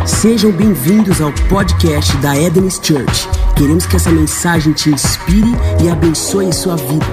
Sejam bem-vindos ao podcast da Eden's Church. Queremos que essa mensagem te inspire e abençoe sua vida.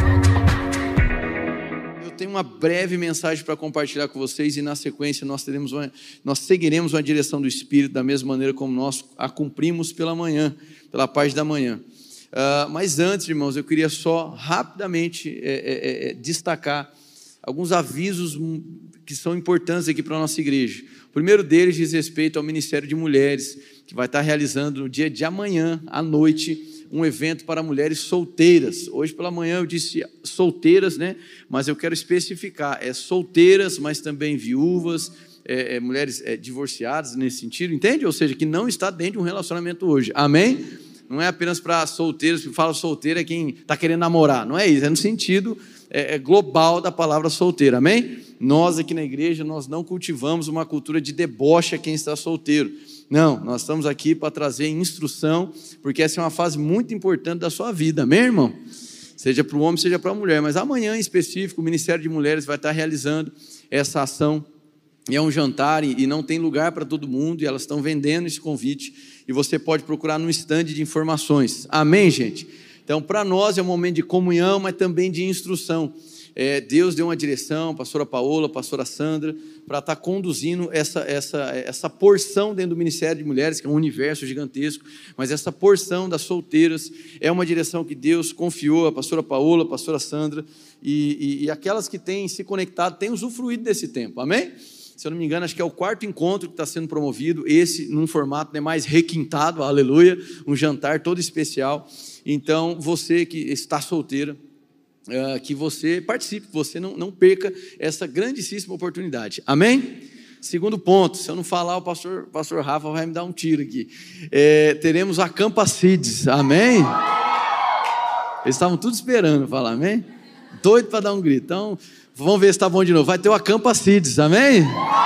Eu tenho uma breve mensagem para compartilhar com vocês e na sequência nós seguiremos uma direção do Espírito da mesma maneira como nós a cumprimos pela manhã, pela parte da manhã. Mas antes, irmãos, eu queria só rapidamente destacar alguns avisos que são importantes aqui para a nossa igreja. O primeiro deles diz respeito ao Ministério de Mulheres, que vai estar realizando no dia de amanhã, à noite, um evento para mulheres solteiras. Hoje pela manhã eu disse solteiras, né? Mas eu quero especificar, solteiras, mas também viúvas, mulheres divorciadas nesse sentido, entende? Ou seja, que não está dentro de um relacionamento hoje, amém? Não é apenas para solteiros, que fala solteira é quem está querendo namorar, não é isso, é no sentido global da palavra solteira, amém? Nós aqui na igreja, nós não cultivamos uma cultura de deboche a quem está solteiro, não, nós estamos aqui para trazer instrução, porque essa é uma fase muito importante da sua vida, amém, irmão? Seja para o homem, seja para a mulher, mas amanhã em específico, o Ministério de Mulheres vai estar realizando essa ação, e é um jantar e não tem lugar para todo mundo, e elas estão vendendo esse convite, e você pode procurar no stand de informações, amém, gente? Então, para nós é um momento de comunhão, mas também de instrução. Deus deu uma direção, a pastora Paola, a pastora Sandra, para estar conduzindo essa porção dentro do Ministério de Mulheres, que é um universo gigantesco, mas essa porção das solteiras é uma direção que Deus confiou a pastora Paola, a pastora Sandra, e aquelas que têm se conectado, têm usufruído desse tempo, amém? Se eu não me engano, acho que é o 4º encontro que está sendo promovido, esse num formato mais requintado, aleluia, um jantar todo especial. Então, você que está solteira, que você participe, que você não perca essa grandíssima oportunidade, amém? Segundo ponto, se eu não falar, o pastor Rafa vai me dar um tiro aqui. Teremos a Campa Seeds, amém? Eles estavam tudo esperando falar, amém? Doido para dar um grito, então vamos ver se está bom de novo. Vai ter o Acampa Seeds, amém?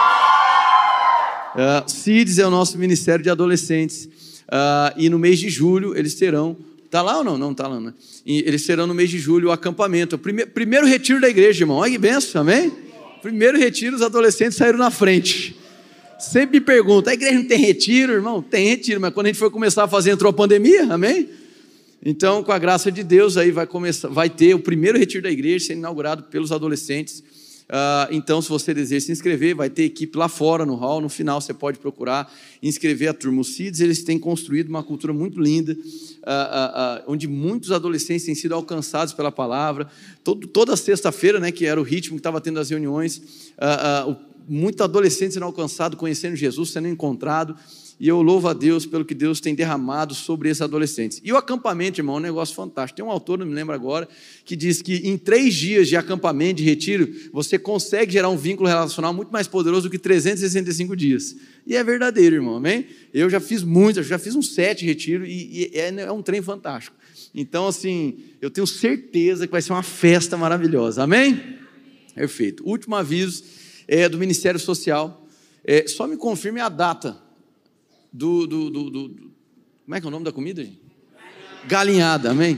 Seeds é o nosso ministério de adolescentes, e no mês de julho eles terão, está lá ou não? Não está lá, né? E eles terão no mês de julho o acampamento, o primeiro retiro da igreja, irmão, olha que benção, amém? Primeiro retiro, os adolescentes saíram na frente. Sempre me perguntam, a igreja não tem retiro, irmão? Tem retiro, mas quando a gente for começar a fazer, entrou a pandemia, amém? Então, com a graça de Deus, aí vai ter o primeiro retiro da igreja sendo inaugurado pelos adolescentes. Então, se você deseja se inscrever, vai ter equipe lá fora no hall. No final, você pode procurar inscrever a turma. Os CIDs, eles têm construído uma cultura muito linda, onde muitos adolescentes têm sido alcançados pela palavra. Toda sexta-feira, né, que era o ritmo que estava tendo as reuniões, muitos adolescentes sendo alcançados, conhecendo Jesus, sendo encontrados. E eu louvo a Deus pelo que Deus tem derramado sobre esses adolescentes. E o acampamento, irmão, é um negócio fantástico. Tem um autor, não me lembro agora, que diz que em 3 dias de acampamento, de retiro, você consegue gerar um vínculo relacional muito mais poderoso do que 365 dias. E é verdadeiro, irmão, amém? Eu já fiz muitos, já fiz uns 7 retiros e é um trem fantástico. Então, assim, eu tenho certeza que vai ser uma festa maravilhosa, amém? Perfeito. Último aviso do Ministério Social. Só me confirme a data como é que é o nome da comida, gente? Galinhada, amém?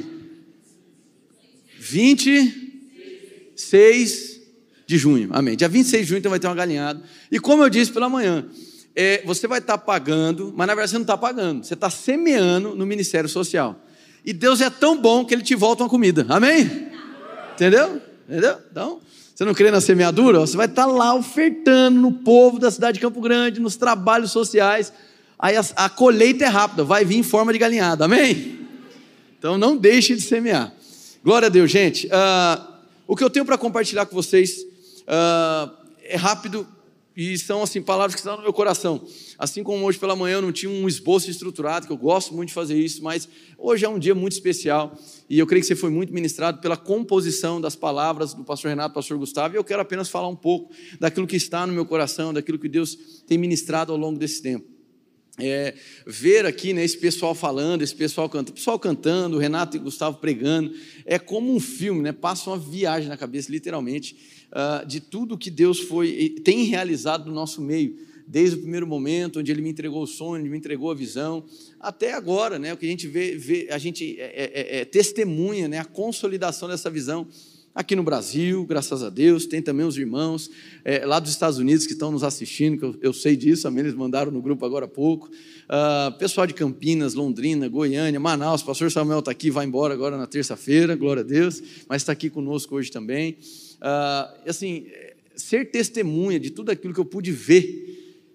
26 de junho, amém? Dia 26 de junho então vai ter uma galinhada. E como eu disse pela manhã, você vai estar pagando, mas na verdade você não está pagando, você está semeando no Ministério Social. E Deus é tão bom que Ele te volta uma comida, amém? Entendeu? Então, você não crê na semeadura? Você vai estar lá ofertando no povo da cidade de Campo Grande, nos trabalhos sociais. Aí a colheita é rápida, vai vir em forma de galinhada, amém? Então não deixe de semear. Glória a Deus, gente. O que eu tenho para compartilhar com vocês é rápido e são assim, palavras que estão no meu coração. Assim como hoje pela manhã eu não tinha um esboço estruturado, que eu gosto muito de fazer isso, mas hoje é um dia muito especial e eu creio que você foi muito ministrado pela composição das palavras do pastor Renato, do pastor Gustavo, e eu quero apenas falar um pouco daquilo que está no meu coração, daquilo que Deus tem ministrado ao longo desse tempo. Ver aqui, né, esse pessoal falando, esse pessoal cantando, o Renato e o Gustavo pregando, é como um filme, né? Passa uma viagem na cabeça, literalmente, de tudo que Deus tem realizado no nosso meio, desde o primeiro momento, onde Ele me entregou o sonho, Ele me entregou a visão, até agora, né? O que a gente vê a gente testemunha, né, a consolidação dessa visão aqui no Brasil, graças a Deus, tem também os irmãos lá dos Estados Unidos que estão nos assistindo, que eu sei disso, amém, eles mandaram no grupo agora há pouco, pessoal de Campinas, Londrina, Goiânia, Manaus, o pastor Samuel está aqui, vai embora agora na terça-feira, glória a Deus, mas está aqui conosco hoje também, assim, ser testemunha de tudo aquilo que eu pude ver,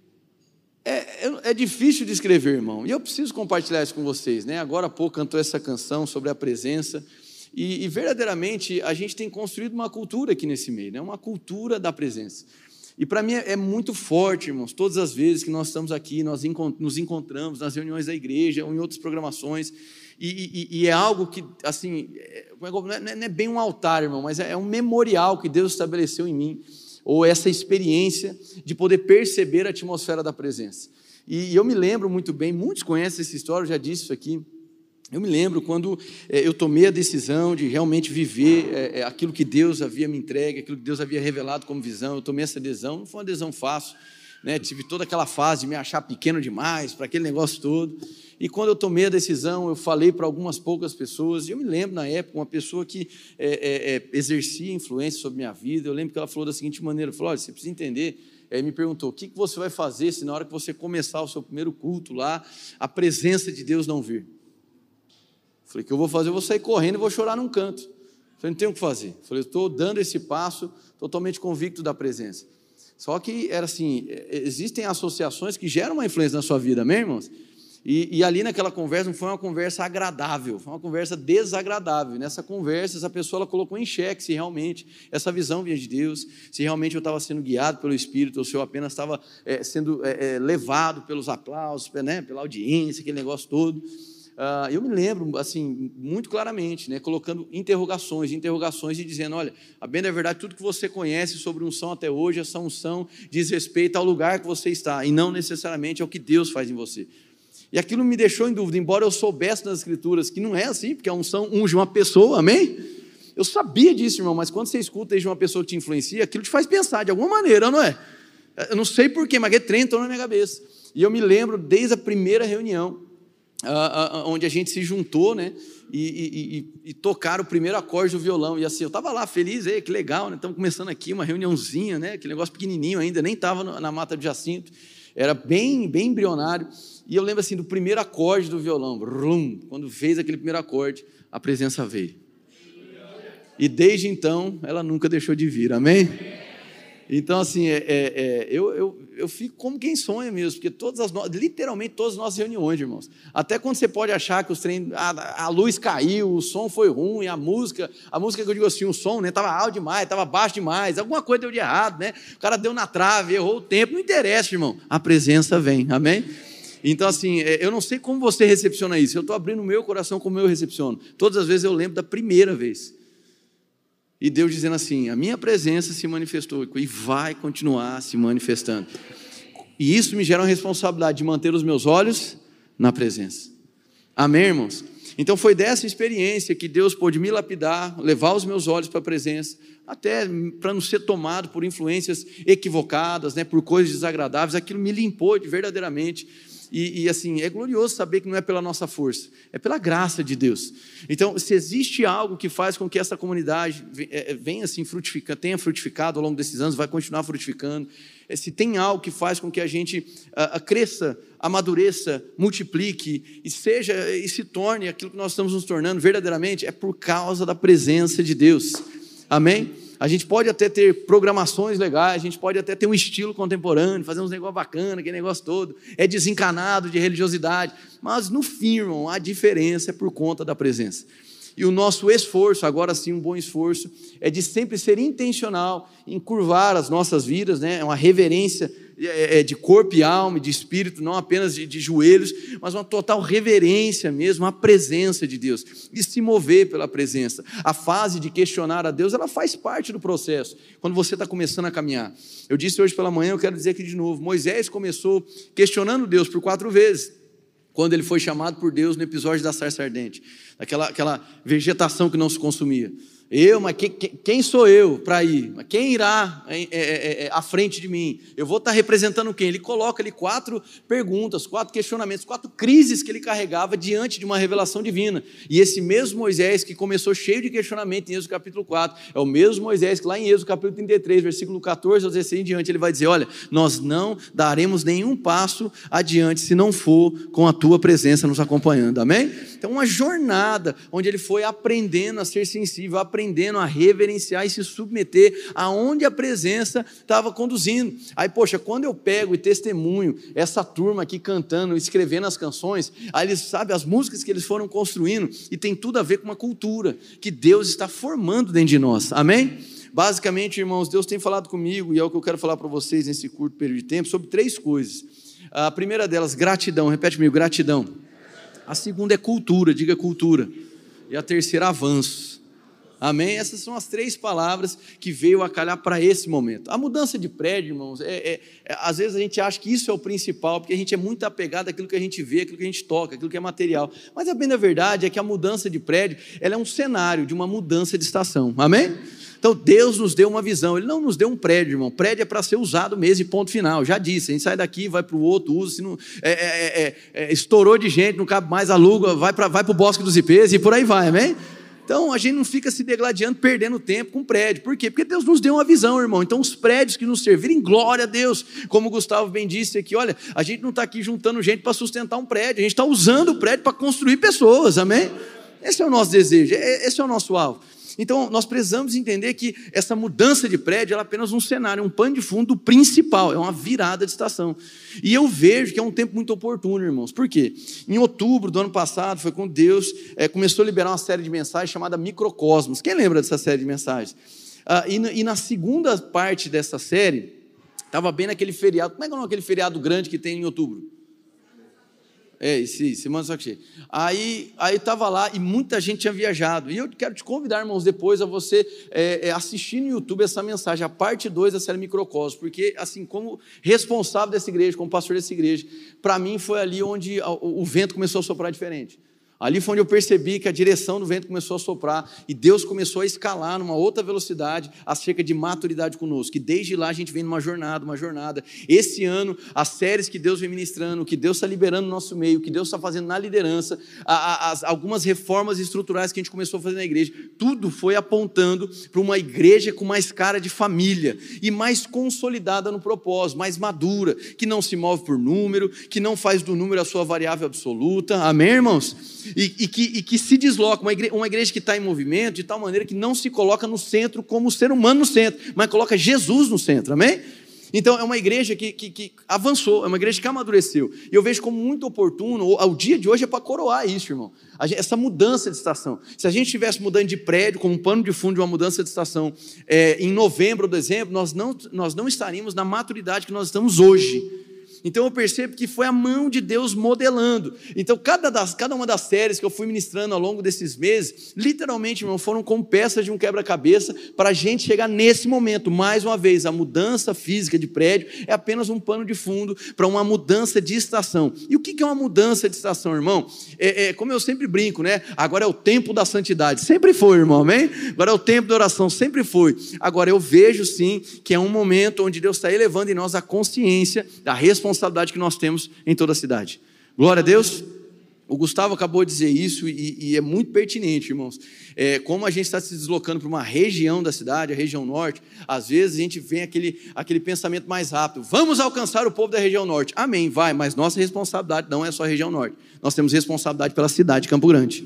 é difícil de escrever, irmão, e eu preciso compartilhar isso com vocês, né? Agora há pouco cantou essa canção sobre a presença, e verdadeiramente a gente tem construído uma cultura aqui nesse meio, né? Uma cultura da presença. E para mim é muito forte, irmãos, todas as vezes que nós estamos aqui, nós nos encontramos nas reuniões da igreja ou em outras programações, e é algo que, assim, não é bem um altar, irmão, mas é um memorial que Deus estabeleceu em mim, ou essa experiência de poder perceber a atmosfera da presença. E eu me lembro muito bem, muitos conhecem essa história, eu já disse isso aqui. Eu me lembro quando eu tomei a decisão de realmente viver aquilo que Deus havia me entregue, aquilo que Deus havia revelado como visão. Eu tomei essa decisão, não foi uma decisão fácil, né? Tive toda aquela fase de me achar pequeno demais para aquele negócio todo. E quando eu tomei a decisão, eu falei para algumas poucas pessoas. E eu me lembro, na época, uma pessoa que exercia influência sobre minha vida. Eu lembro que ela falou da seguinte maneira, falou, olha, você precisa entender. Me perguntou, o que você vai fazer se na hora que você começar o seu primeiro culto lá, a presença de Deus não vir? Falei, o que eu vou fazer? Eu vou sair correndo e vou chorar num canto. Falei, não tenho o que fazer. Falei, eu estou dando esse passo totalmente convicto da presença. Só que era assim, existem associações que geram uma influência na sua vida, amém, irmãos? E ali naquela conversa não foi uma conversa agradável, foi uma conversa desagradável. Nessa conversa, essa pessoa ela colocou em xeque se realmente essa visão vinha de Deus, se realmente eu estava sendo guiado pelo Espírito, ou se eu apenas estava sendo levado pelos aplausos, né, pela audiência, aquele negócio todo. Eu me lembro, assim, muito claramente, né, colocando interrogações e dizendo, olha, a bem da verdade, tudo que você conhece sobre unção até hoje, essa unção diz respeito ao lugar que você está, e não necessariamente ao que Deus faz em você. E aquilo me deixou em dúvida, embora eu soubesse nas Escrituras que não é assim, porque a unção unge uma pessoa, amém? Eu sabia disso, irmão, mas quando você escuta isso de uma pessoa que te influencia, aquilo te faz pensar de alguma maneira, não é? Eu não sei porquê, mas que trem entrou na minha cabeça. E eu me lembro desde a primeira reunião, onde a gente se juntou, né, e tocaram o primeiro acorde do violão, e assim, eu estava lá feliz, que legal, né, estamos começando aqui uma reuniãozinha, né, aquele negócio pequenininho ainda, nem estava na Mata do Jacinto, era bem embrionário, e eu lembro assim, do primeiro acorde do violão, quando fez aquele primeiro acorde, a presença veio, e desde então, ela nunca deixou de vir, amém? Então, assim, eu fico como quem sonha mesmo, porque literalmente todas as nossas reuniões, irmãos, até quando você pode achar que a luz caiu, o som foi ruim, a música que eu digo assim, o som, né, estava alto demais, estava baixo demais, alguma coisa deu de errado, né, o cara deu na trave, errou o tempo, não interessa, irmão, a presença vem, amém? Então, assim, eu não sei como você recepciona isso, eu estou abrindo o meu coração como eu recepciono, todas as vezes eu lembro da primeira vez, e Deus dizendo assim, a minha presença se manifestou e vai continuar se manifestando. E isso me gera uma responsabilidade de manter os meus olhos na presença. Amém, irmãos? Então foi dessa experiência que Deus pôde me lapidar, levar os meus olhos para a presença, até para não ser tomado por influências equivocadas, né, por coisas desagradáveis, aquilo me limpou verdadeiramente. E assim, é glorioso saber que não é pela nossa força, é pela graça de Deus. Então, se existe algo que faz com que essa comunidade venha assim tenha frutificado ao longo desses anos, vai continuar frutificando, se tem algo que faz com que a gente cresça, amadureça, multiplique e se torne aquilo que nós estamos nos tornando verdadeiramente, é por causa da presença de Deus. Amém? A gente pode até ter programações legais, a gente pode até ter um estilo contemporâneo, fazer uns negócios bacanas, aquele negócio todo, é desencanado de religiosidade, mas no fim, irmão, a diferença é por conta da presença. E o nosso esforço, agora sim um bom esforço, é de sempre ser intencional em curvar as nossas vidas, né? É uma reverência de corpo e alma, de espírito, não apenas de joelhos, mas uma total reverência mesmo à presença de Deus, e se mover pela presença. A fase de questionar a Deus, ela faz parte do processo, quando você está começando a caminhar. Eu disse hoje pela manhã, eu quero dizer aqui de novo, Moisés começou questionando Deus por 4 vezes, quando ele foi chamado por Deus no episódio da sarça ardente, aquela vegetação que não se consumia. Mas quem sou eu para ir? Quem irá à frente de mim? Eu vou estar representando quem? Ele coloca ali 4 perguntas, 4 questionamentos, 4 crises que ele carregava diante de uma revelação divina. E esse mesmo Moisés que começou cheio de questionamento em Êxodo capítulo 4, é o mesmo Moisés que lá em Êxodo capítulo 33, versículo 14 ao 16 em diante, ele vai dizer, olha, nós não daremos nenhum passo adiante se não for com a tua presença nos acompanhando, amém? Então uma jornada onde ele foi aprendendo a ser sensível, aprendendo a reverenciar e se submeter aonde a presença estava conduzindo. Aí, poxa, quando eu pego e testemunho essa turma aqui cantando, escrevendo as canções, aí eles sabem as músicas que eles foram construindo, e tem tudo a ver com uma cultura que Deus está formando dentro de nós, amém? Basicamente, irmãos, Deus tem falado comigo, e é o que eu quero falar para vocês nesse curto período de tempo, sobre 3 coisas. A primeira delas, gratidão, repete comigo, gratidão. A segunda é cultura, diga cultura. E a terceira, avanço. Amém? Essas são as 3 palavras que veio a calhar para esse momento. A mudança de prédio, irmãos, às vezes a gente acha que isso é o principal, porque a gente é muito apegado àquilo que a gente vê, àquilo que a gente toca, àquilo que é material. Mas a bem da verdade é que a mudança de prédio, ela é um cenário de uma mudança de estação. Amém? Então Deus nos deu uma visão, Ele não nos deu um prédio, irmão. Prédio é para ser usado mesmo e ponto final. Já disse, a gente sai daqui, vai para o outro, usa, se não, estourou de gente, não cabe mais, aluga, vai para o Bosque dos Ipês e por aí vai, amém? Então a gente não fica se degladiando, perdendo tempo com prédio. Por quê? Porque Deus nos deu uma visão, irmão. Então os prédios que nos servirem, glória a Deus. Como o Gustavo bem disse aqui, olha, a gente não está aqui juntando gente para sustentar um prédio, a gente está usando o prédio para construir pessoas, amém? Esse é o nosso desejo, esse é o nosso alvo. Então, nós precisamos entender que essa mudança de prédio é apenas um cenário, um pano de fundo principal, é uma virada de estação. E eu vejo que é um tempo muito oportuno, irmãos. Por quê? Em outubro do ano passado, foi quando Deus começou a liberar uma série de mensagens chamada Microcosmos. Quem lembra dessa série de mensagens? E na segunda parte dessa série, estava bem naquele feriado. Como é que é o nome daquele feriado grande que tem em outubro? Semana só que cheia. Aí estava lá e muita gente tinha viajado. E eu quero te convidar, irmãos, depois a você assistir no YouTube essa mensagem, a parte 2 da série Microcosmos, porque, assim, como responsável dessa igreja, como pastor dessa igreja, para mim foi ali onde o vento começou a soprar diferente. Ali foi onde eu percebi que a direção do vento começou a soprar e Deus começou a escalar numa outra velocidade acerca de maturidade conosco, que desde lá a gente vem numa jornada. Esse ano, as séries que Deus vem ministrando, o que Deus está liberando no nosso meio, o que Deus está fazendo na liderança, algumas reformas estruturais que a gente começou a fazer na igreja, tudo foi apontando para uma igreja com mais cara de família e mais consolidada no propósito, mais madura, que não se move por número, que não faz do número a sua variável absoluta, amém, irmãos? E que se desloca, uma igreja que está em movimento de tal maneira que não se coloca no centro como o ser humano no centro, mas coloca Jesus no centro, amém? Então é uma igreja que avançou, é uma igreja que amadureceu, e eu vejo como muito oportuno, o dia de hoje é para coroar isso, irmão, essa mudança de estação. Se a gente estivesse mudando de prédio, como um pano de fundo de uma mudança de estação, em novembro ou dezembro, nós não estaríamos na maturidade que nós estamos hoje. Então eu percebo que foi a mão de Deus modelando. Então cada uma das séries que eu fui ministrando ao longo desses meses, literalmente, irmão, foram como peças de um quebra-cabeça para a gente chegar nesse momento. Mais uma vez, a mudança física de prédio é apenas um pano de fundo para uma mudança de estação. E o que é uma mudança de estação, irmão? Como eu sempre brinco, né? Agora é o tempo da santidade. Sempre foi, irmão, amém? Agora é o tempo da oração, sempre foi. Agora eu vejo sim que é um momento onde Deus está elevando em nós a consciência da responsabilidade que nós temos em toda a cidade. Glória a Deus. O Gustavo acabou de dizer isso e é muito pertinente, irmãos. Como a gente está se deslocando para uma região da cidade, a região norte, às vezes a gente vem aquele pensamento mais rápido. Vamos alcançar o povo da região norte. Amém, vai, mas nossa responsabilidade não é só a região norte. Nós temos responsabilidade pela cidade de Campo Grande.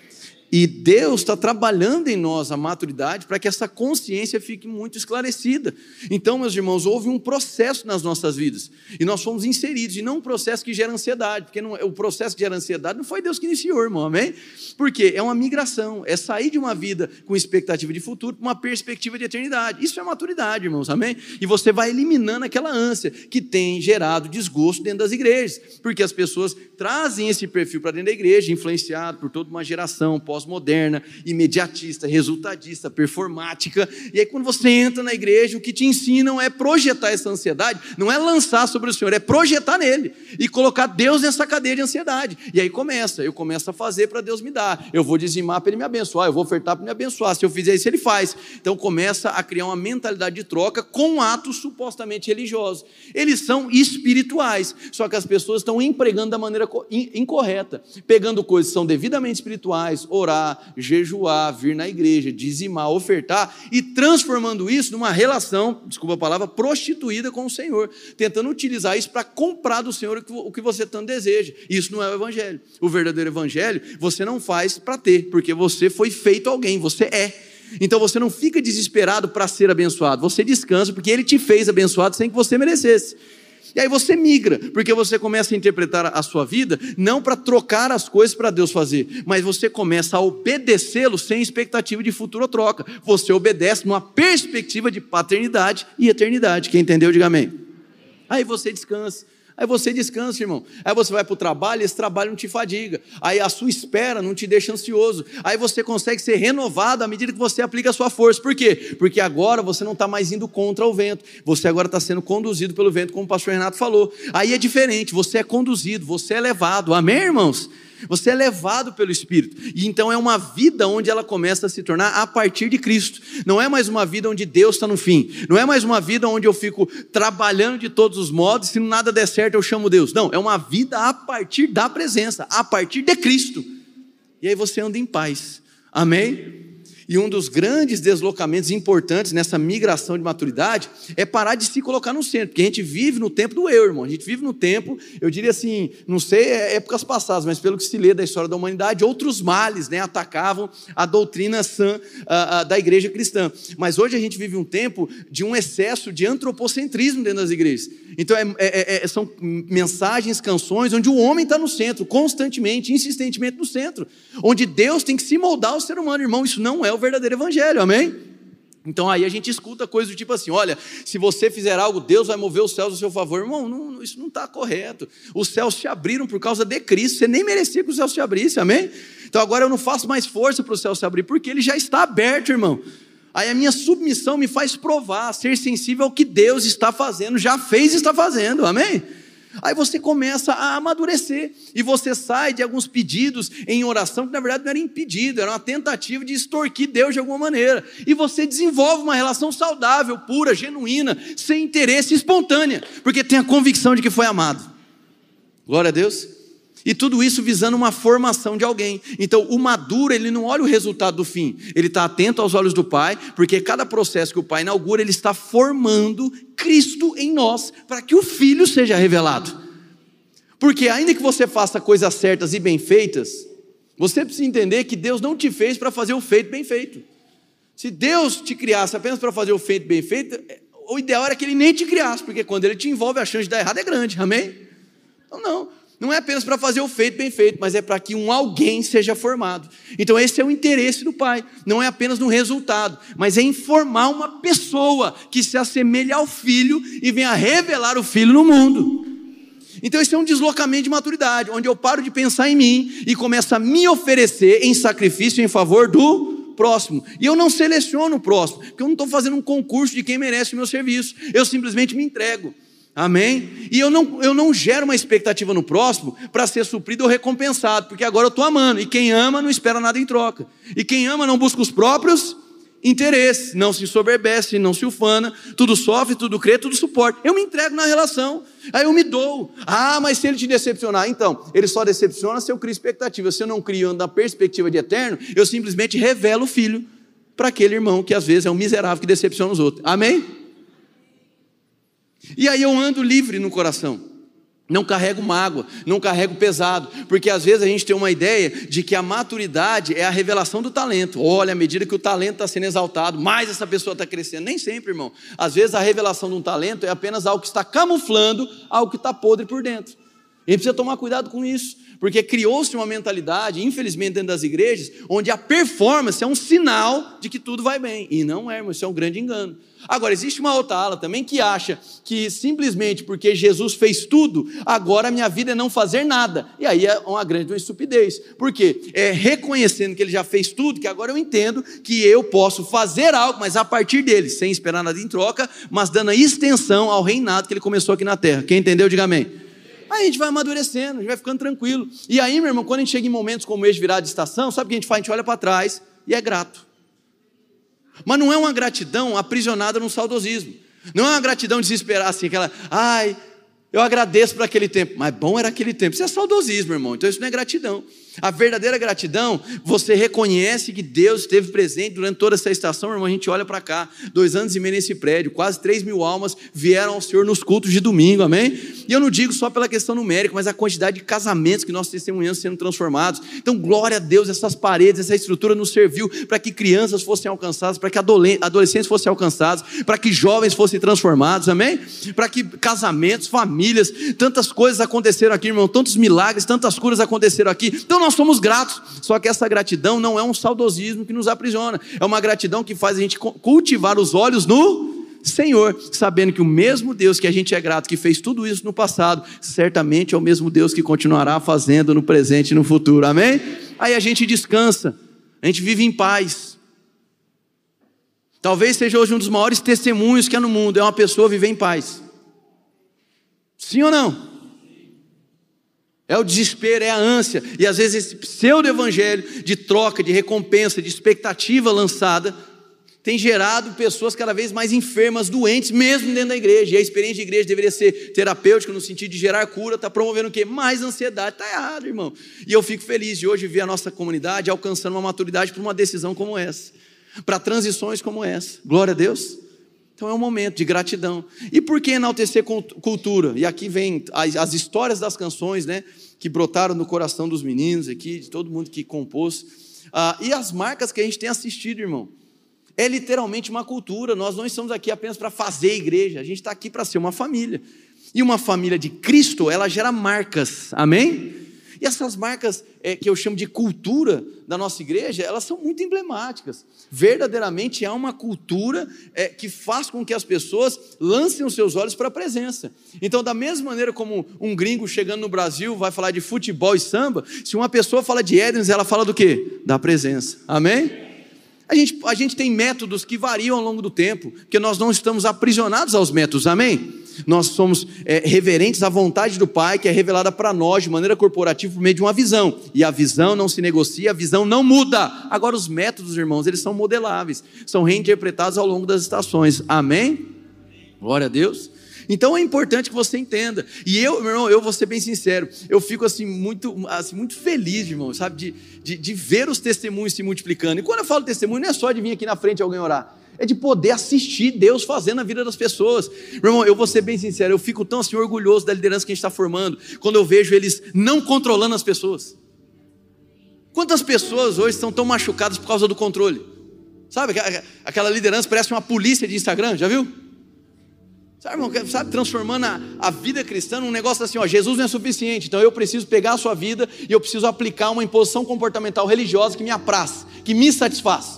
E Deus está trabalhando em nós a maturidade para que essa consciência fique muito esclarecida. Então, meus irmãos, houve um processo nas nossas vidas. E nós fomos inseridos, e não um processo que gera ansiedade. Porque o processo que gera ansiedade não foi Deus que iniciou, irmão, amém? Porque é uma migração, é sair de uma vida com expectativa de futuro para uma perspectiva de eternidade. Isso é maturidade, irmãos, amém? E você vai eliminando aquela ânsia que tem gerado desgosto dentro das igrejas. Porque as pessoas trazem esse perfil para dentro da igreja, influenciado por toda uma geração pós-moderna, imediatista, resultadista, performática. E aí quando você entra na igreja, o que te ensinam é projetar essa ansiedade, não é lançar sobre o Senhor, é projetar nele e colocar Deus nessa cadeia de ansiedade. E aí eu começo a fazer para Deus me dar, eu vou dizimar para Ele me abençoar, eu vou ofertar para Ele me abençoar, se eu fizer isso Ele faz. Então começa a criar uma mentalidade de troca com atos supostamente religiosos. Eles são espirituais, só que as pessoas estão empregando da maneira incorreta, pegando coisas que são devidamente espirituais, orar, jejuar, vir na igreja, dizimar, ofertar, e transformando isso numa relação, desculpa a palavra, prostituída com o Senhor, tentando utilizar isso para comprar do Senhor o que você tanto deseja. Isso não é o evangelho. O verdadeiro evangelho você não faz para ter, porque você foi feito alguém, você é. Então você não fica desesperado para ser abençoado, você descansa porque Ele te fez abençoado sem que você merecesse. E aí você migra, porque você começa a interpretar a sua vida, não para trocar as coisas para Deus fazer, mas você começa a obedecê-lo sem expectativa de futura troca. Você obedece numa perspectiva de paternidade e eternidade. Quem entendeu, diga amém. Aí você descansa. Aí você descansa, irmão. Aí você vai para o trabalho, esse trabalho não te fadiga. Aí a sua espera não te deixa ansioso. Aí você consegue ser renovado à medida que você aplica a sua força. Por quê? Porque agora você não está mais indo contra o vento. Você agora está sendo conduzido pelo vento, como o pastor Renato falou. Aí é diferente, você é conduzido, você é levado. Amém, irmãos? Você é levado pelo Espírito, e então é uma vida onde ela começa a se tornar a partir de Cristo. Não é mais uma vida onde Deus está no fim, não é mais uma vida onde eu fico trabalhando de todos os modos, se nada der certo eu chamo Deus. Não, é uma vida a partir da presença, a partir de Cristo, e aí você anda em paz. Amém? E um dos grandes deslocamentos importantes nessa migração de maturidade é parar de se colocar no centro, porque a gente vive no tempo do eu, irmão. A gente vive no tempo, eu diria assim, não sei épocas passadas, mas pelo que se lê da história da humanidade, outros males, né, atacavam a doutrina sã da igreja cristã. Mas hoje a gente vive um tempo de um excesso de antropocentrismo dentro das igrejas. Então são mensagens, canções, onde o homem está no centro, constantemente, insistentemente no centro, onde Deus tem que se moldar ao ser humano. Irmão, isso não é o verdadeiro evangelho, amém? Então aí a gente escuta coisas do tipo assim, olha, se você fizer algo, Deus vai mover os céus a seu favor. Irmão, isso não está correto. Os céus se abriram por causa de Cristo, você nem merecia que os céus se abrissem, amém? Então agora eu não faço mais força para o céu se abrir, porque ele já está aberto, irmão. Aí a minha submissão me faz provar, ser sensível ao que Deus está fazendo, já fez e está fazendo, amém? Aí você começa a amadurecer, e você sai de alguns pedidos em oração, que na verdade não era impedido, era uma tentativa de extorquir Deus de alguma maneira, e você desenvolve uma relação saudável, pura, genuína, sem interesse, espontânea, porque tem a convicção de que foi amado. Glória a Deus. E tudo isso visando uma formação de alguém. Então o maduro, ele não olha o resultado do fim, ele está atento aos olhos do Pai, porque cada processo que o Pai inaugura, ele está formando Cristo em nós, para que o Filho seja revelado. Porque ainda que você faça coisas certas e bem feitas, você precisa entender que Deus não te fez para fazer o feito bem feito. Se Deus te criasse apenas para fazer o feito bem feito, o ideal era que Ele nem te criasse, porque quando Ele te envolve, a chance de dar errado é grande, amém? Então não é apenas para fazer o feito bem feito, mas é para que alguém seja formado. Então esse é o interesse do Pai, não é apenas no resultado, mas é em formar uma pessoa que se assemelhe ao Filho e venha revelar o Filho no mundo. Então esse é um deslocamento de maturidade, onde eu paro de pensar em mim e começo a me oferecer em sacrifício em favor do próximo. E eu não seleciono o próximo, porque eu não estou fazendo um concurso de quem merece o meu serviço, eu simplesmente me entrego. Amém? E eu não gero uma expectativa no próximo para ser suprido ou recompensado, porque agora eu estou amando, e quem ama não espera nada em troca, e quem ama não busca os próprios interesses, não se ensoberbece, não se ufana, tudo sofre, tudo crê, tudo suporta. Eu me entrego na relação, aí eu me dou. Mas se ele te decepcionar, então, ele só decepciona se eu crio expectativa. Se eu não crio na perspectiva de eterno, eu simplesmente revelo o Filho para aquele irmão que às vezes é um miserável que decepciona os outros. Amém? E aí eu ando livre no coração, não carrego mágoa, não carrego pesado, porque às vezes a gente tem uma ideia de que a maturidade é a revelação do talento. Olha, à medida que o talento está sendo exaltado, mais essa pessoa está crescendo. Nem sempre, irmão. Às vezes a revelação de um talento é apenas algo que está camuflando algo que está podre por dentro. A gente precisa tomar cuidado com isso, porque criou-se uma mentalidade, infelizmente dentro das igrejas, onde a performance é um sinal de que tudo vai bem, e não é, irmão, isso é um grande engano. Agora, existe uma outra ala também que acha que simplesmente porque Jesus fez tudo, agora a minha vida é não fazer nada, e aí é uma grande estupidez. Por quê? É reconhecendo que ele já fez tudo, que agora eu entendo que eu posso fazer algo, mas a partir dele, sem esperar nada em troca, mas dando a extensão ao reinado que ele começou aqui na terra. Quem entendeu, diga amém. Aí a gente vai amadurecendo, a gente vai ficando tranquilo. E aí, meu irmão, quando a gente chega em momentos como esse de virada de estação, sabe o que a gente faz? A gente olha para trás e é grato. Mas não é uma gratidão aprisionada no saudosismo. Não é uma gratidão desesperada assim, aquela, ai, eu agradeço por aquele tempo. Mas bom era aquele tempo. Isso é saudosismo, irmão. Então isso não é gratidão. A verdadeira gratidão, você reconhece que Deus esteve presente durante toda essa estação, irmão. A gente olha para cá, 2 anos e meio nesse prédio, quase 3.000 almas vieram ao Senhor nos cultos de domingo, amém? E eu não digo só pela questão numérica, mas a quantidade de casamentos que nós testemunhamos sendo transformados. Então, glória a Deus, essas paredes, essa estrutura nos serviu para que crianças fossem alcançadas, para que adolescentes fossem alcançados, para que jovens fossem transformados, amém? Para que casamentos, famílias, tantas coisas aconteceram aqui, irmão, tantos milagres, tantas curas aconteceram aqui. Então, nós somos gratos, só que essa gratidão não é um saudosismo que nos aprisiona, é uma gratidão que faz a gente cultivar os olhos no Senhor, sabendo que o mesmo Deus que a gente é grato, que fez tudo isso no passado, certamente é o mesmo Deus que continuará fazendo no presente e no futuro, amém? Aí a gente descansa, a gente vive em paz. Talvez seja hoje um dos maiores testemunhos que há no mundo, é uma pessoa viver em paz. Sim ou não? É o desespero, é a ânsia, e às vezes esse pseudo-evangelho de troca, de recompensa, de expectativa lançada, tem gerado pessoas cada vez mais enfermas, doentes, mesmo dentro da igreja. E a experiência de igreja deveria ser terapêutica no sentido de gerar cura, está promovendo o quê? Mais ansiedade. Está errado, irmão. E eu fico feliz de hoje ver a nossa comunidade alcançando uma maturidade por uma decisão como essa, para transições como essa. Glória a Deus. Então é um momento de gratidão. E por que enaltecer cultura? E aqui vem as histórias das canções, né, que brotaram no coração dos meninos aqui, de todo mundo que compôs. E as marcas que a gente tem assistido, irmão. É literalmente uma cultura. Nós não estamos aqui apenas para fazer igreja. A gente está aqui para ser uma família. E uma família de Cristo, ela gera marcas. Amém? E essas marcas que eu chamo de cultura da nossa igreja, elas são muito emblemáticas. Verdadeiramente há uma cultura que faz com que as pessoas lancem os seus olhos para a presença. Então, da mesma maneira como um gringo chegando no Brasil vai falar de futebol e samba, se uma pessoa fala de Édenes, ela fala do quê? Da presença. Amém? A gente tem métodos que variam ao longo do tempo, porque nós não estamos aprisionados aos métodos, amém? Nós somos reverentes à vontade do Pai, que é revelada para nós de maneira corporativa por meio de uma visão, e a visão não se negocia, a visão não muda. Agora os métodos, irmãos, eles são modeláveis, são reinterpretados ao longo das estações, amém? Glória a Deus. Então é importante que você entenda. E meu irmão, eu vou ser bem sincero, eu fico assim muito feliz, irmão, sabe, de ver os testemunhos se multiplicando. E quando eu falo testemunho, não é só de vir aqui na frente alguém orar, é de poder assistir Deus fazendo a vida das pessoas. Meu irmão, eu vou ser bem sincero, eu fico tão assim orgulhoso da liderança que a gente está formando, quando eu vejo eles não controlando as pessoas. Quantas pessoas hoje estão tão machucadas por causa do controle? Sabe, aquela liderança parece uma polícia de Instagram, já viu? Sabe, irmão, transformando a vida cristã num negócio assim, Jesus não é suficiente, então eu preciso pegar a sua vida e eu preciso aplicar uma imposição comportamental religiosa que me apraz, que me satisfaz.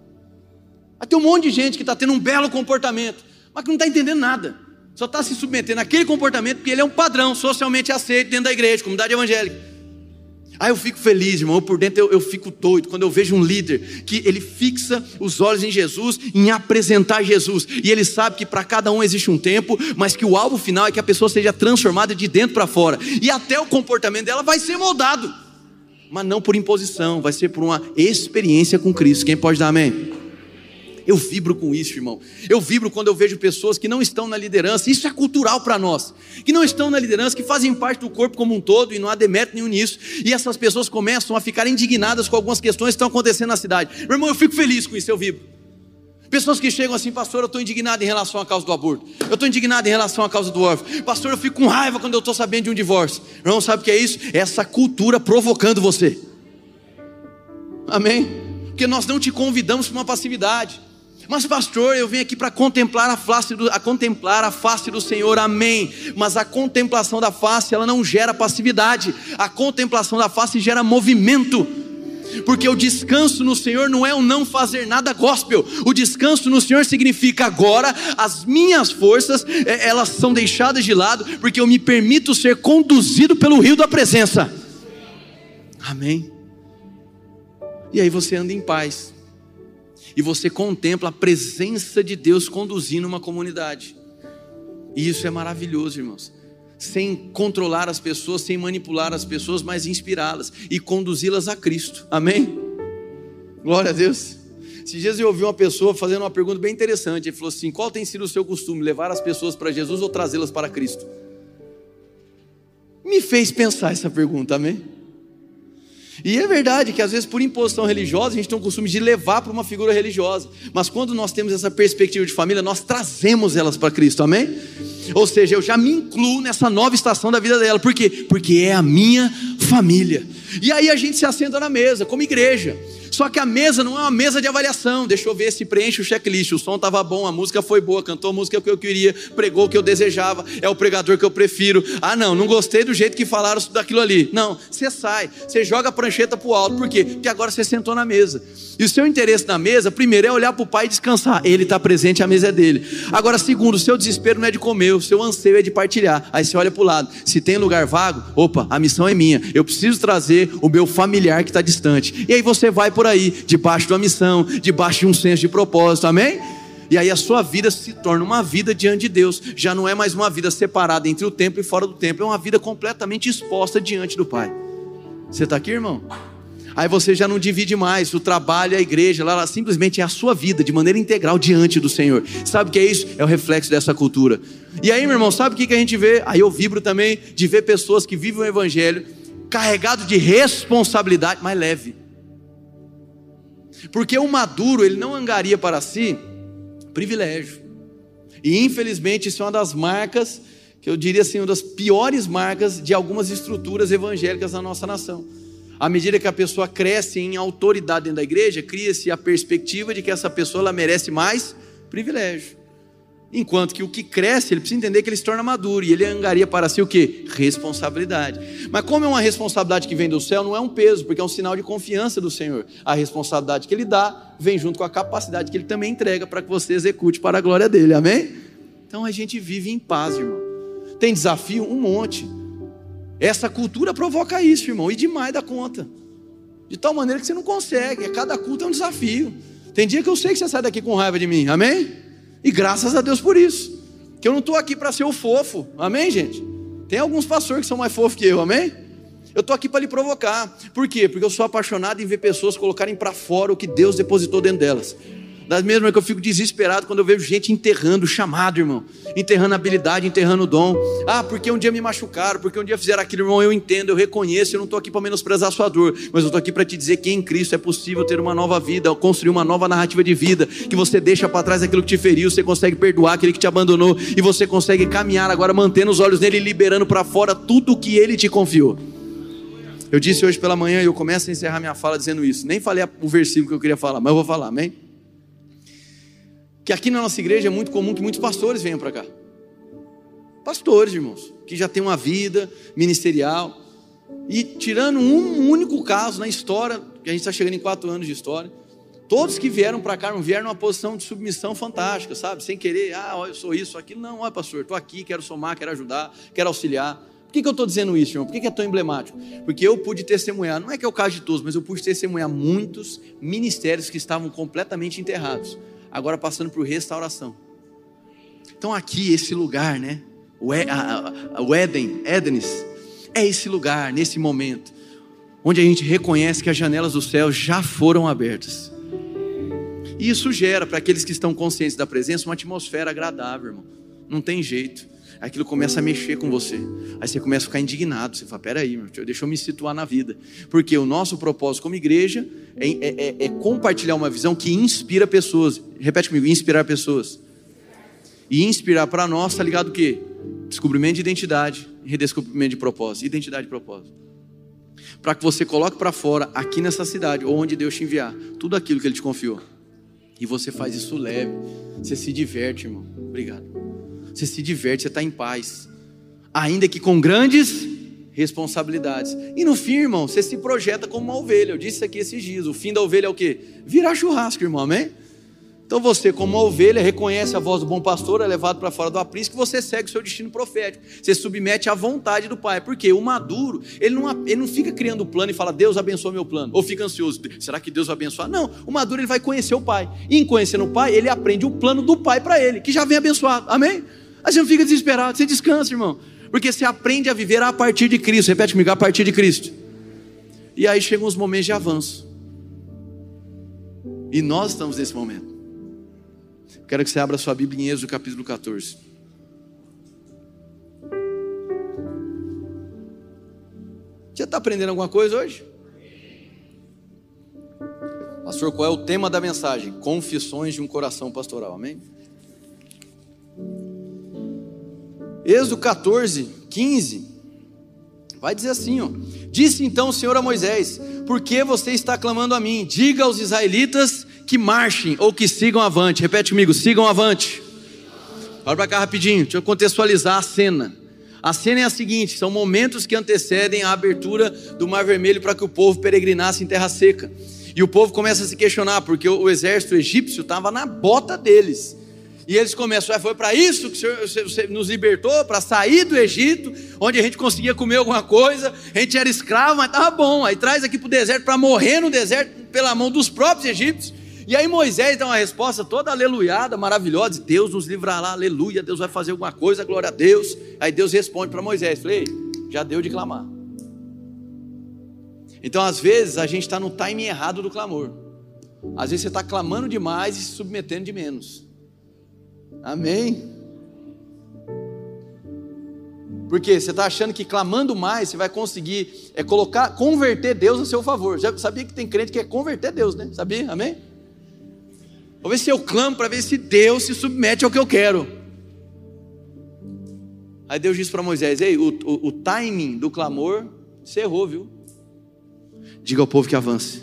Tem um monte de gente que está tendo um belo comportamento, mas que não está entendendo nada, só está se submetendo àquele comportamento porque ele é um padrão socialmente aceito dentro da igreja, comunidade evangélica. Eu fico feliz, irmão, por dentro eu fico doido quando eu vejo um líder que ele fixa os olhos em Jesus, em apresentar Jesus, e ele sabe que para cada um existe um tempo, mas que o alvo final é que a pessoa seja transformada de dentro para fora, e até o comportamento dela vai ser moldado, mas não por imposição, vai ser por uma experiência com Cristo. Quem pode dar amém? Eu vibro com isso, irmão. Eu vibro quando eu vejo pessoas que não estão na liderança, isso é cultural para nós, que não estão na liderança, que fazem parte do corpo como um todo, e não há demérito nenhum nisso, e essas pessoas começam a ficar indignadas com algumas questões que estão acontecendo na cidade. Meu irmão, eu fico feliz com isso, eu vibro. Pessoas que chegam assim, pastor, eu estou indignado em relação à causa do aborto, eu estou indignado em relação à causa do órfão, pastor, eu fico com raiva quando eu estou sabendo de um divórcio. Irmão, sabe o que é isso? É essa cultura provocando você. Amém? Porque nós não te convidamos para uma passividade. Mas pastor, eu venho aqui para contemplar a face do Senhor, amém. Mas a contemplação da face, ela não gera passividade. A contemplação da face gera movimento. Porque o descanso no Senhor não é o não fazer nada gospel. O descanso no Senhor significa agora as minhas forças, elas são deixadas de lado, porque eu me permito ser conduzido pelo rio da presença. Amém. E aí você anda em paz. E você contempla a presença de Deus conduzindo uma comunidade. E isso é maravilhoso, irmãos. Sem controlar as pessoas, sem manipular as pessoas, mas inspirá-las e conduzi-las a Cristo. Amém? Glória a Deus. Esses dias eu ouvi uma pessoa fazendo uma pergunta bem interessante. Ele falou assim: qual tem sido o seu costume, levar as pessoas para Jesus ou trazê-las para Cristo? Me fez pensar essa pergunta, amém? E é verdade que às vezes por imposição religiosa a gente tem o costume de levar para uma figura religiosa. Mas quando nós temos essa perspectiva de família, nós trazemos elas para Cristo, amém? Ou seja, eu já me incluo nessa nova estação da vida dela. Por quê? Porque é a minha família. E aí a gente se assenta na mesa, como igreja. Só que a mesa não é uma mesa de avaliação. Deixa eu ver se preenche o checklist. O som estava bom, a música foi boa, cantou a música que eu queria, pregou o que eu desejava, é o pregador que eu prefiro. Ah não gostei do jeito que falaram daquilo ali. Não, você sai, você joga a prancheta para o alto. Por quê? Porque agora você sentou na mesa. E o seu interesse na mesa, primeiro é olhar para o pai e descansar. Ele está presente, a mesa é dele. Agora segundo, o seu desespero não é de comer, o seu anseio é de partilhar. Aí você olha para o lado, se tem lugar vago, opa, a missão é minha. Eu preciso trazer o meu familiar que está distante. E aí você vai por aí, debaixo de uma missão, debaixo de um senso de propósito, amém? E aí a sua vida se torna uma vida diante de Deus. Já não é mais uma vida separada entre o templo e fora do templo. É uma vida completamente exposta diante do Pai. Você está aqui, irmão? Aí você já não divide mais o trabalho e a igreja, lá simplesmente é a sua vida de maneira integral diante do Senhor. Sabe o que é isso? É o reflexo dessa cultura. E aí, meu irmão, sabe o que a gente vê? Aí eu vibro também de ver pessoas que vivem o evangelho carregado de responsabilidade, mas leve. Porque o maduro, ele não angaria para si privilégio. E infelizmente isso é uma das marcas, que eu diria assim, uma das piores marcas de algumas estruturas evangélicas na nossa nação. À medida que a pessoa cresce em autoridade dentro da igreja, cria-se a perspectiva de que essa pessoa ela merece mais privilégio. Enquanto que o que cresce, ele precisa entender que ele se torna maduro. E ele angaria para si o quê? Responsabilidade. Mas como é uma responsabilidade que vem do céu, não é um peso, porque é um sinal de confiança do Senhor. A responsabilidade que ele dá, vem junto com a capacidade que ele também entrega para que você execute para a glória dele, amém? Então a gente vive em paz, irmão. Tem desafio? Um monte. Essa cultura provoca isso, irmão, e demais da conta. De tal maneira que você não consegue, cada culto é um desafio. Tem dia que eu sei que você sai daqui com raiva de mim, amém? E graças a Deus por isso, que eu não estou aqui para ser o fofo, amém, gente? Tem alguns pastores que são mais fofos que eu, amém? Eu estou aqui para lhe provocar. Por quê? Porque eu sou apaixonado em ver pessoas colocarem para fora o que Deus depositou dentro delas. Das mesmas que eu fico desesperado quando eu vejo gente enterrando o chamado, irmão, enterrando a habilidade, enterrando o dom. Ah, porque um dia me machucaram, porque um dia fizeram aquilo, irmão, eu entendo, eu reconheço. Eu não estou aqui para menosprezar a sua dor, mas eu estou aqui para te dizer que em Cristo é possível ter uma nova vida, construir uma nova narrativa de vida, que você deixa para trás aquilo que te feriu, você consegue perdoar aquele que te abandonou, e você consegue caminhar agora mantendo os olhos nele e liberando para fora tudo o que ele te confiou. Eu disse hoje pela manhã, e eu começo a encerrar minha fala dizendo isso, nem falei o versículo que eu queria falar, mas eu vou falar, amém? Que aqui na nossa igreja é muito comum que muitos pastores venham para cá. Pastores, irmãos, que já têm uma vida ministerial. E tirando um único caso na história, que a gente está chegando em 4 anos de história, todos que vieram para cá não vieram numa posição de submissão fantástica, sabe? Sem querer, eu sou isso, aquilo. Não, olha pastor, estou aqui, quero somar, quero ajudar, quero auxiliar. Por que eu estou dizendo isso, irmão? Por que é tão emblemático? Porque eu pude testemunhar, não é que é o caso de todos, mas eu pude testemunhar muitos ministérios que estavam completamente enterrados, agora passando por restauração. Então aqui, esse lugar, né? O Édenes, é esse lugar, nesse momento, onde a gente reconhece que as janelas do céu já foram abertas. E isso gera, para aqueles que estão conscientes da presença, uma atmosfera agradável, irmão. Não tem jeito. Aquilo começa a mexer com você. Aí você começa a ficar indignado. Você fala, peraí, deixa eu me situar na vida. Porque o nosso propósito como igreja é compartilhar uma visão que inspira pessoas. Repete comigo, inspirar pessoas. E inspirar para nós está ligado o quê? Descobrimento de identidade e redescobrimento de propósito. Identidade e propósito. Para que você coloque para fora, aqui nessa cidade, ou onde Deus te enviar, tudo aquilo que Ele te confiou. E você faz isso leve. Você se diverte, irmão. Obrigado. Você se diverte, você está em paz. Ainda que com grandes responsabilidades. E no fim, irmão, você se projeta como uma ovelha. Eu disse isso aqui esses dias. O fim da ovelha é o quê? Virar churrasco, irmão, amém? Então você, como uma ovelha, reconhece a voz do bom pastor, é levado para fora do aprisco, que você segue o seu destino profético. Você submete à vontade do Pai. Porque o maduro, ele não fica criando plano e fala, Deus abençoa meu plano. Ou fica ansioso, será que Deus vai abençoar? Não, o maduro ele vai conhecer o Pai. E em conhecendo o Pai, ele aprende o plano do Pai para ele, que já vem abençoado. Amém? Aí você não fica desesperado, você descansa, irmão. Porque você aprende a viver a partir de Cristo. Repete comigo, a partir de Cristo. E aí chegam os momentos de avanço. E nós estamos nesse momento. Quero que você abra sua Bíblia em Êxodo capítulo 14. Você está aprendendo alguma coisa hoje? Pastor, qual é o tema da mensagem? Confissões de um coração pastoral, amém? Êxodo 14, 15, vai dizer assim, ó. Disse então o Senhor a Moisés, por que você está clamando a mim? Diga aos israelitas que marchem ou que sigam avante. Repete comigo, sigam avante. Olha para cá rapidinho, deixa eu contextualizar a cena. A cena é a seguinte, são momentos que antecedem a abertura do Mar Vermelho para que o povo peregrinasse em terra seca. E o povo começa a se questionar, porque o exército egípcio estava na bota deles. E eles começam, foi para isso que você nos libertou, para sair do Egito, onde a gente conseguia comer alguma coisa, a gente era escravo, mas estava bom. Aí traz aqui para o deserto, para morrer no deserto, pela mão dos próprios egípcios. E aí Moisés dá uma resposta toda aleluiada, maravilhosa, Deus nos livrará, aleluia, Deus vai fazer alguma coisa, glória a Deus. Aí Deus responde para Moisés, falei, já deu de clamar. Então às vezes a gente está no timing errado do clamor. Às vezes você está clamando demais e se submetendo de menos. Amém? Porque você está achando que clamando mais você vai conseguir converter Deus a seu favor. Já sabia que tem crente que quer converter Deus, né? Sabia? Amém? Vou ver se eu clamo para ver se Deus se submete ao que eu quero. Aí Deus disse para Moisés, ei, o timing do clamor você errou, viu? Diga ao povo que avance.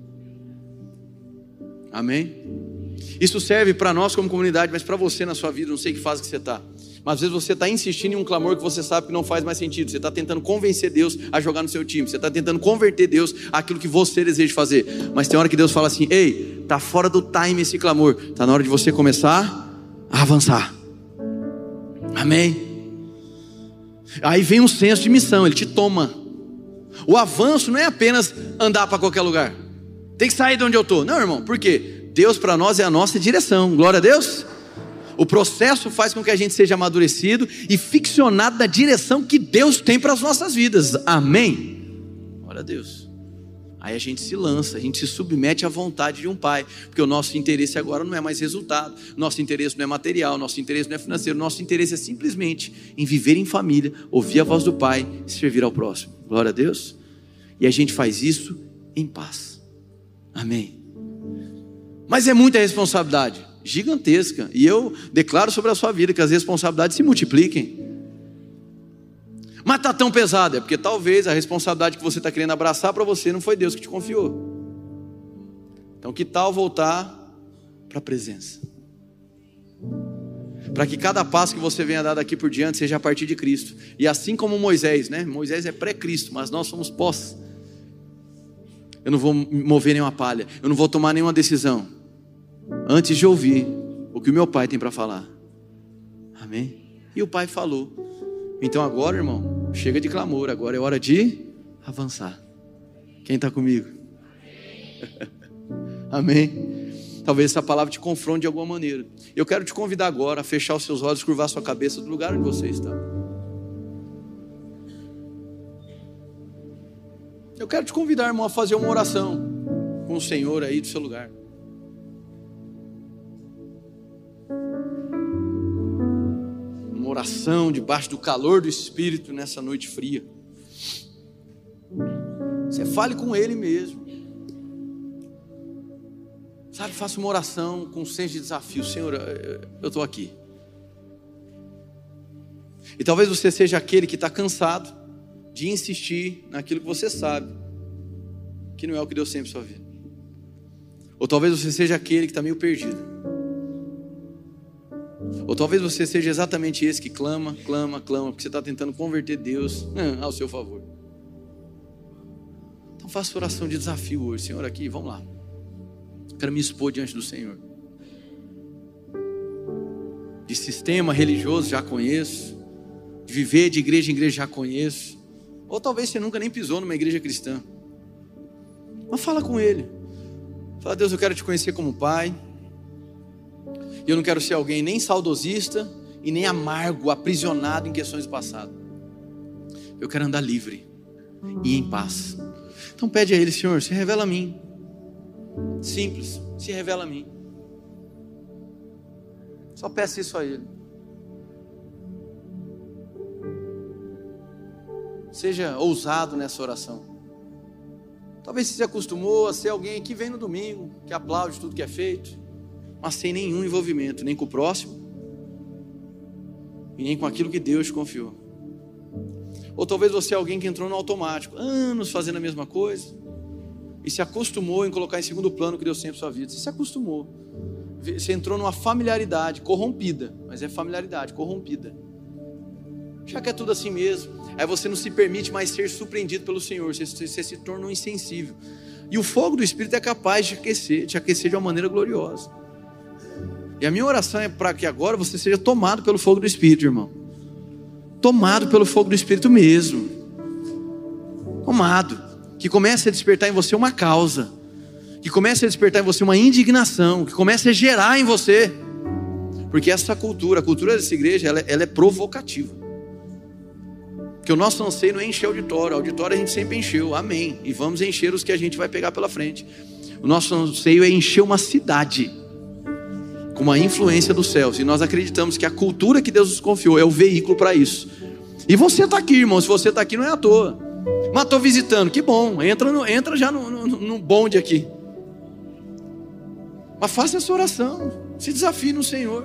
Amém? Isso serve para nós como comunidade, mas para você na sua vida, não sei que fase que você está. Mas às vezes você está insistindo em um clamor que você sabe que não faz mais sentido. Você está tentando convencer Deus a jogar no seu time. Você está tentando converter Deus àquilo que você deseja fazer. Mas tem hora que Deus fala assim, ei, está fora do time esse clamor. Está na hora de você começar a avançar. Amém? Aí vem um senso de missão, ele te toma. O avanço não é apenas andar para qualquer lugar. Tem que sair de onde eu estou. Não, irmão, por quê? Deus para nós é a nossa direção. Glória a Deus. O processo faz com que a gente seja amadurecido e ficcionado na direção que Deus tem para as nossas vidas. Amém? Glória a Deus. Aí a gente se lança, a gente se submete à vontade de um pai, porque o nosso interesse agora não é mais resultado, nosso interesse não é material, nosso interesse não é financeiro, nosso interesse é simplesmente em viver em família, ouvir a voz do pai e servir ao próximo. Glória a Deus. E a gente faz isso em paz. Amém. Mas é muita responsabilidade, gigantesca, e eu declaro sobre a sua vida que as responsabilidades se multipliquem. Mas está tão pesado, é porque talvez a responsabilidade que você está querendo abraçar para você não foi Deus que te confiou. Então que tal voltar para a presença, para que cada passo que você venha dar daqui por diante seja a partir de Cristo. E assim como Moisés, né? Moisés é pré-Cristo, mas nós somos pós. Eu não vou mover nenhuma palha, eu não vou tomar nenhuma decisão antes de ouvir o que o meu pai tem para falar. Amém? E o pai falou. Então agora, irmão, chega de clamor, agora é hora de avançar. Quem está comigo? Amém? Talvez essa palavra te confronte de alguma maneira. Eu quero te convidar agora a fechar os seus olhos, curvar sua cabeça do lugar onde você está. Eu quero te convidar, irmão, a fazer uma oração com o Senhor aí do seu lugar. Uma oração debaixo do calor do Espírito nessa noite fria. Você fale com Ele mesmo. Sabe, faça uma oração com um senso de desafio. Senhor, eu estou aqui. E talvez você seja aquele que está cansado de insistir naquilo que você sabe que não é o que Deus tem para sua vida. Ou talvez você seja aquele que está meio perdido. Ou talvez você seja exatamente esse que clama, porque você está tentando converter Deus ao seu favor. Então faça oração de desafio hoje. Senhor, aqui, vamos lá. Quero me expor diante do Senhor. De sistema religioso já conheço. De viver de igreja em igreja já conheço. Ou talvez você nunca nem pisou numa igreja cristã. Mas fala com Ele. Fala: Deus, eu quero te conhecer como Pai. E eu não quero ser alguém nem saudosista e nem amargo, aprisionado em questões do passado. Eu quero andar livre e em paz. Então pede a Ele: Senhor, se revela a mim. Simples, se revela a mim. Só peça isso a Ele. Seja ousado nessa oração. Talvez você se acostumou a ser alguém que vem no domingo, que aplaude tudo que é feito, mas sem nenhum envolvimento, nem com o próximo, e nem com aquilo que Deus te confiou. Ou talvez você é alguém que entrou no automático, anos fazendo a mesma coisa, e se acostumou em colocar em segundo plano o que Deus tem para sua vida. Você se acostumou. Você entrou numa familiaridade corrompida, mas é familiaridade corrompida. Já que é tudo assim mesmo, aí você não se permite mais ser surpreendido pelo Senhor, você se torna um insensível. E o fogo do Espírito é capaz de te aquecer de uma maneira gloriosa. E a minha oração é para que agora você seja tomado pelo fogo do Espírito, irmão. Tomado pelo fogo do Espírito mesmo. Tomado. Que comece a despertar em você uma causa. Que comece a despertar em você uma indignação. Que comece a gerar em você. Porque essa cultura, a cultura dessa igreja, ela é provocativa. Porque o nosso anseio não é encher o auditório a gente sempre encheu, amém. E vamos encher os que a gente vai pegar pela frente. O nosso anseio é encher uma cidade com uma influência dos céus. E nós acreditamos que a cultura que Deus nos confiou é o veículo para isso. E você está aqui, irmão. Se você está aqui, não é à toa. Mas estou visitando, que bom. Entra já no bonde aqui. Mas faça essa oração. Se desafie no Senhor.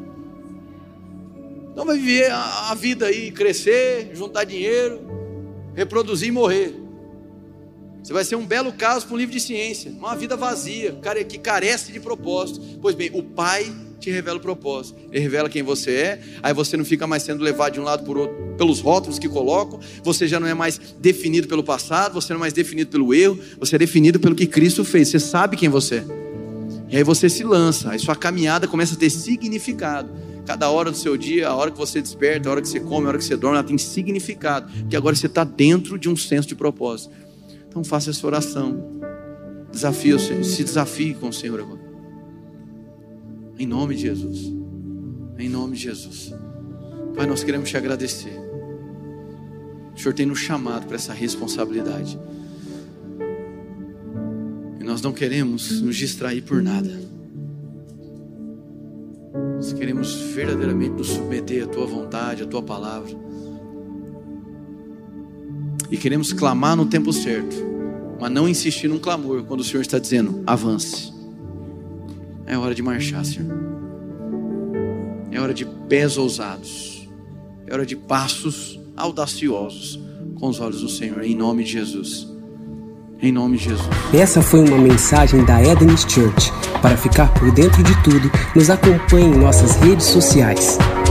Não vai viver a vida aí, crescer, juntar dinheiro, reproduzir e morrer. Você vai ser um belo caso para um livro de ciência. Uma vida vazia, que carece de propósito. Pois bem, o Pai te revela o propósito. Ele revela quem você é. Aí você não fica mais sendo levado de um lado para o outro pelos rótulos que colocam. Você já não é mais definido pelo passado. Você não é mais definido pelo erro. Você é definido pelo que Cristo fez. Você sabe quem você é. E aí você se lança. Aí sua caminhada começa a ter significado. Cada hora do seu dia, a hora que você desperta, a hora que você come, a hora que você dorme, ela tem significado. Porque agora você está dentro de um senso de propósito. Então faça essa oração. Desafie o Senhor. Se desafie com o Senhor agora. Em nome de Jesus. Em nome de Jesus. Pai, nós queremos te agradecer. O Senhor tem nos chamado para essa responsabilidade. E nós não queremos nos distrair por nada. Nós queremos verdadeiramente nos submeter à tua vontade, à tua palavra. E queremos clamar no tempo certo, mas não insistir num clamor quando o Senhor está dizendo: avance. É hora de marchar, Senhor. É hora de pés ousados. É hora de passos audaciosos com os olhos do Senhor, em nome de Jesus. Em nome de Jesus. Essa foi uma mensagem da Eden's Church. Para ficar por dentro de tudo, nos acompanhe em nossas redes sociais.